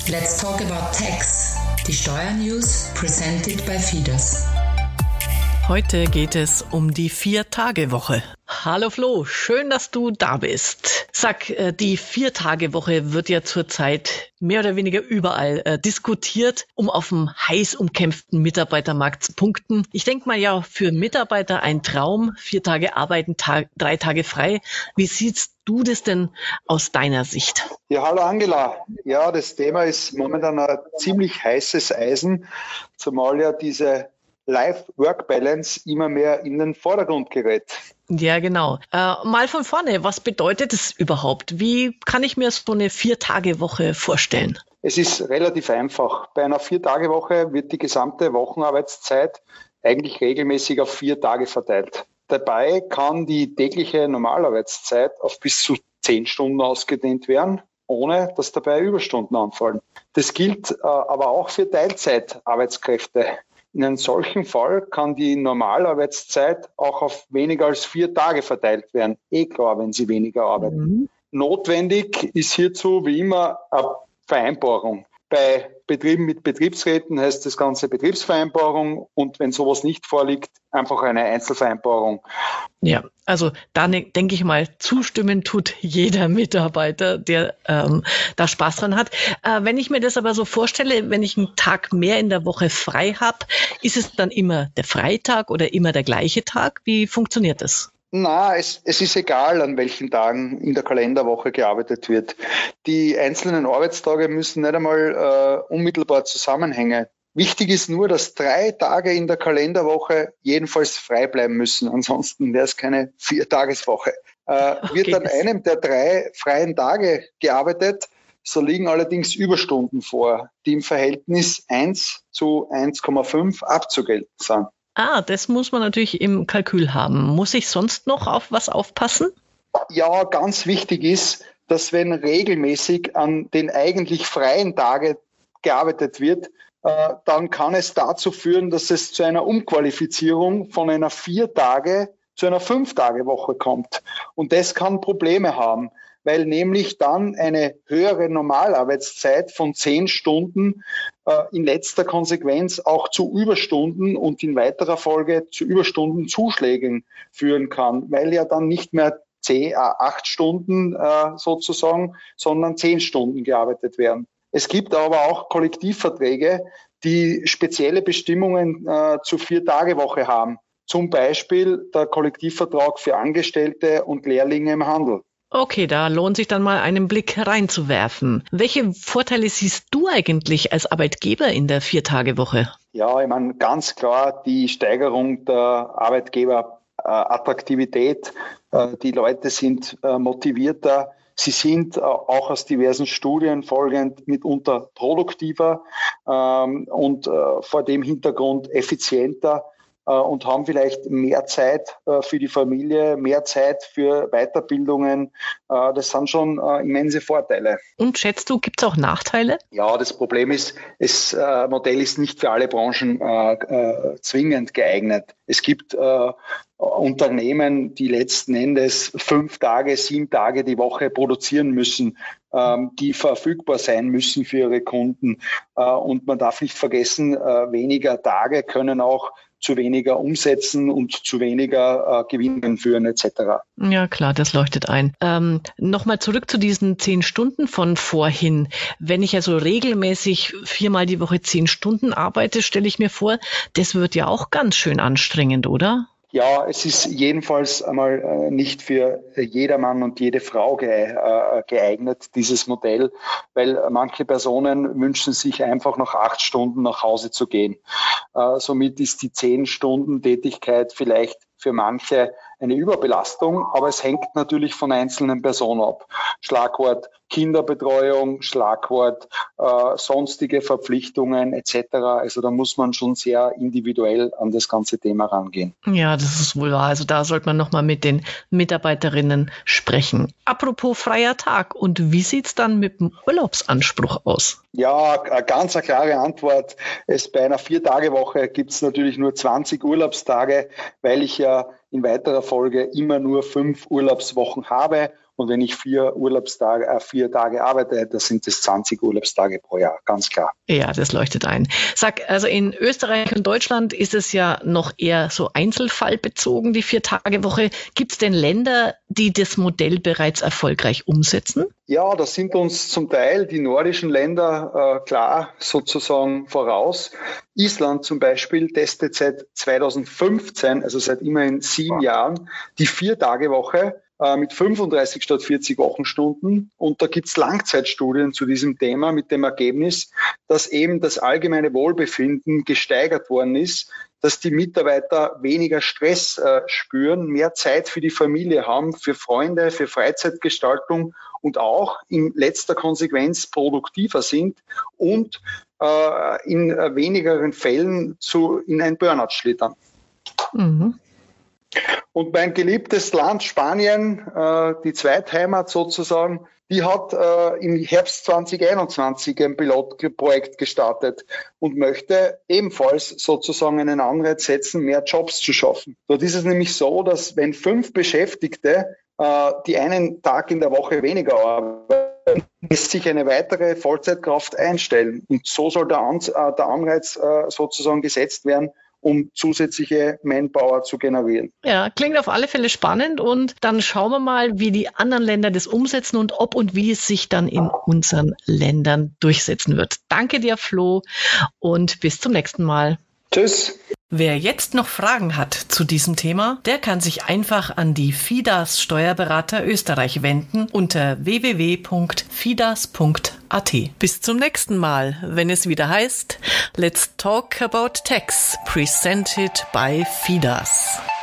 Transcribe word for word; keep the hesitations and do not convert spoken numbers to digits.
Let's talk about tax. Die Steuernews presented by Fides. Heute geht es um die Vier-Tage-Woche. Hallo Flo, schön, dass du da bist. Sag, die Vier-Tage-Woche wird ja zurzeit mehr oder weniger überall äh, diskutiert, um auf dem heiß umkämpften Mitarbeitermarkt zu punkten. Ich denke mal ja, für Mitarbeiter ein Traum, vier Tage arbeiten, Tag, drei Tage frei. Wie siehst du das denn aus deiner Sicht? Ja, hallo Angela. Ja, das Thema ist momentan ein ziemlich heißes Eisen, zumal ja diese Life-Work-Balance immer mehr in den Vordergrund gerät. Ja, genau. Äh, mal von vorne, was bedeutet es überhaupt? Wie kann ich mir so eine Vier-Tage-Woche vorstellen? Es ist relativ einfach. Bei einer Vier-Tage-Woche wird die gesamte Wochenarbeitszeit eigentlich regelmäßig auf vier Tage verteilt. Dabei kann die tägliche Normalarbeitszeit auf bis zu zehn Stunden ausgedehnt werden, ohne dass dabei Überstunden anfallen. Das gilt äh, aber auch für Teilzeitarbeitskräfte. In einem solchen Fall kann die Normalarbeitszeit auch auf weniger als vier Tage verteilt werden. Eh klar, wenn Sie weniger arbeiten. Mhm. Notwendig ist hierzu wie immer eine Vereinbarung. Bei Betrieben mit Betriebsräten heißt das Ganze Betriebsvereinbarung und wenn sowas nicht vorliegt, einfach eine Einzelvereinbarung. Ja, also da ne, denke ich mal, zustimmen tut jeder Mitarbeiter, der ähm, da Spaß dran hat. Äh, wenn ich mir das aber so vorstelle, wenn ich einen Tag mehr in der Woche frei habe, ist es dann immer der Freitag oder immer der gleiche Tag? Wie funktioniert das? Na, es, es ist egal, an welchen Tagen in der Kalenderwoche gearbeitet wird. Die einzelnen Arbeitstage müssen nicht einmal äh, unmittelbar zusammenhängen. Wichtig ist nur, dass drei Tage in der Kalenderwoche jedenfalls frei bleiben müssen. Ansonsten wäre es keine Viertageswoche. Äh, okay. Wird an einem der drei freien Tage gearbeitet, so liegen allerdings Überstunden vor, die im Verhältnis eins zu eins Komma fünf abzugelten sind. Ah, das muss man natürlich im Kalkül haben. Muss ich sonst noch auf was aufpassen? Ja, ganz wichtig ist, dass wenn regelmäßig an den eigentlich freien Tagen gearbeitet wird, äh, dann kann es dazu führen, dass es zu einer Umqualifizierung von einer Vier-Tage- zu einer Fünf-Tage-Woche kommt. Und das kann Probleme haben, weil nämlich dann eine höhere Normalarbeitszeit von zehn Stunden äh, in letzter Konsequenz auch zu Überstunden und in weiterer Folge zu Überstundenzuschlägen führen kann, weil ja dann nicht mehr zehn, äh, acht Stunden äh, sozusagen, sondern zehn Stunden gearbeitet werden. Es gibt aber auch Kollektivverträge, die spezielle Bestimmungen äh, zur Vier-Tage-Woche haben. Zum Beispiel der Kollektivvertrag für Angestellte und Lehrlinge im Handel. Okay, da lohnt sich dann mal einen Blick reinzuwerfen. Welche Vorteile siehst du eigentlich als Arbeitgeber in der Vier-Tage-Woche? Ja, ich meine, ganz klar die Steigerung der Arbeitgeberattraktivität. Äh, die Leute sind äh, motivierter. Sie sind äh, auch aus diversen Studien folgend mitunter produktiver ähm, und äh, vor dem Hintergrund effizienter. Und haben vielleicht mehr Zeit für die Familie, mehr Zeit für Weiterbildungen. Das sind schon immense Vorteile. Und schätzt du, gibt es auch Nachteile? Ja, das Problem ist, das Modell ist nicht für alle Branchen zwingend geeignet. Es gibt Unternehmen, die letzten Endes fünf Tage, sieben Tage die Woche produzieren müssen, die verfügbar sein müssen für ihre Kunden. Und man darf nicht vergessen, weniger Tage können auch zu weniger umsetzen und zu weniger äh, Gewinnen führen et cetera. Ja klar, das leuchtet ein. Ähm, Nochmal zurück zu diesen zehn Stunden von vorhin. Wenn ich also regelmäßig viermal die Woche zehn Stunden arbeite, stelle ich mir vor, das wird ja auch ganz schön anstrengend, oder? Ja, es ist jedenfalls einmal äh, nicht für jedermann und jede Frau ge, äh, geeignet, dieses Modell, weil manche Personen wünschen sich einfach nach acht Stunden nach Hause zu gehen. Äh, somit ist die zehn Stunden Tätigkeit vielleicht für manche eine Überbelastung, aber es hängt natürlich von einzelnen Personen ab. Schlagwort Kinderbetreuung, Schlagwort äh, sonstige Verpflichtungen et cetera. Also da muss man schon sehr individuell an das ganze Thema rangehen. Ja, das ist wohl wahr. Also da sollte man nochmal mit den Mitarbeiterinnen sprechen. Apropos freier Tag, und wie sieht's dann mit dem Urlaubsanspruch aus? Ja, eine ganz eine klare Antwort. Es bei einer Vier-Tage-Woche gibt es natürlich nur zwanzig Urlaubstage, weil ich ja in weiterer Folge immer nur fünf Urlaubswochen habe Und wenn ich vier Urlaubstage, äh, vier Tage arbeite, das sind es zwanzig Urlaubstage pro Jahr, ganz klar. Ja, das leuchtet ein. Sag, also in Österreich und Deutschland ist es ja noch eher so einzelfallbezogen, die Vier-Tage-Woche. Gibt es denn Länder, die das Modell bereits erfolgreich umsetzen? Ja, das sind uns zum Teil die nordischen Länder äh, klar sozusagen voraus. Island zum Beispiel testet seit zweitausendfünfzehn, also seit immerhin sieben Jahren, die Vier-Tage-Woche äh, mit fünfunddreißig statt vierzig Wochenstunden. Und da gibt's Langzeitstudien zu diesem Thema mit dem Ergebnis, dass eben das allgemeine Wohlbefinden gesteigert worden ist, dass die Mitarbeiter weniger Stress äh, spüren, mehr Zeit für die Familie haben, für Freunde, für Freizeitgestaltung und auch in letzter Konsequenz produktiver sind und äh, in äh, wenigeren Fällen zu, in ein Burnout schlittern. Mhm. Und mein geliebtes Land Spanien, äh, die Zweitheimat sozusagen, die hat äh, im Herbst zwanzig einundzwanzig ein Pilotprojekt gestartet und möchte ebenfalls sozusagen einen Anreiz setzen, mehr Jobs zu schaffen. Dort ist es nämlich so, dass wenn fünf Beschäftigte, äh, die einen Tag in der Woche weniger arbeiten, lässt sich eine weitere Vollzeitkraft einstellen. Und so soll der, An- äh, der Anreiz äh, sozusagen gesetzt werden, um zusätzliche Manpower zu generieren. Ja, klingt auf alle Fälle spannend und dann schauen wir mal, wie die anderen Länder das umsetzen und ob und wie es sich dann in unseren Ländern durchsetzen wird. Danke dir, Flo, und bis zum nächsten Mal. Tschüss. Wer jetzt noch Fragen hat zu diesem Thema, der kann sich einfach an die FIDAS Steuerberater Österreich wenden unter w w w punkt fidas punkt a t. Bis zum nächsten Mal, wenn es wieder heißt Let's Talk About Tax, presented by FIDAS.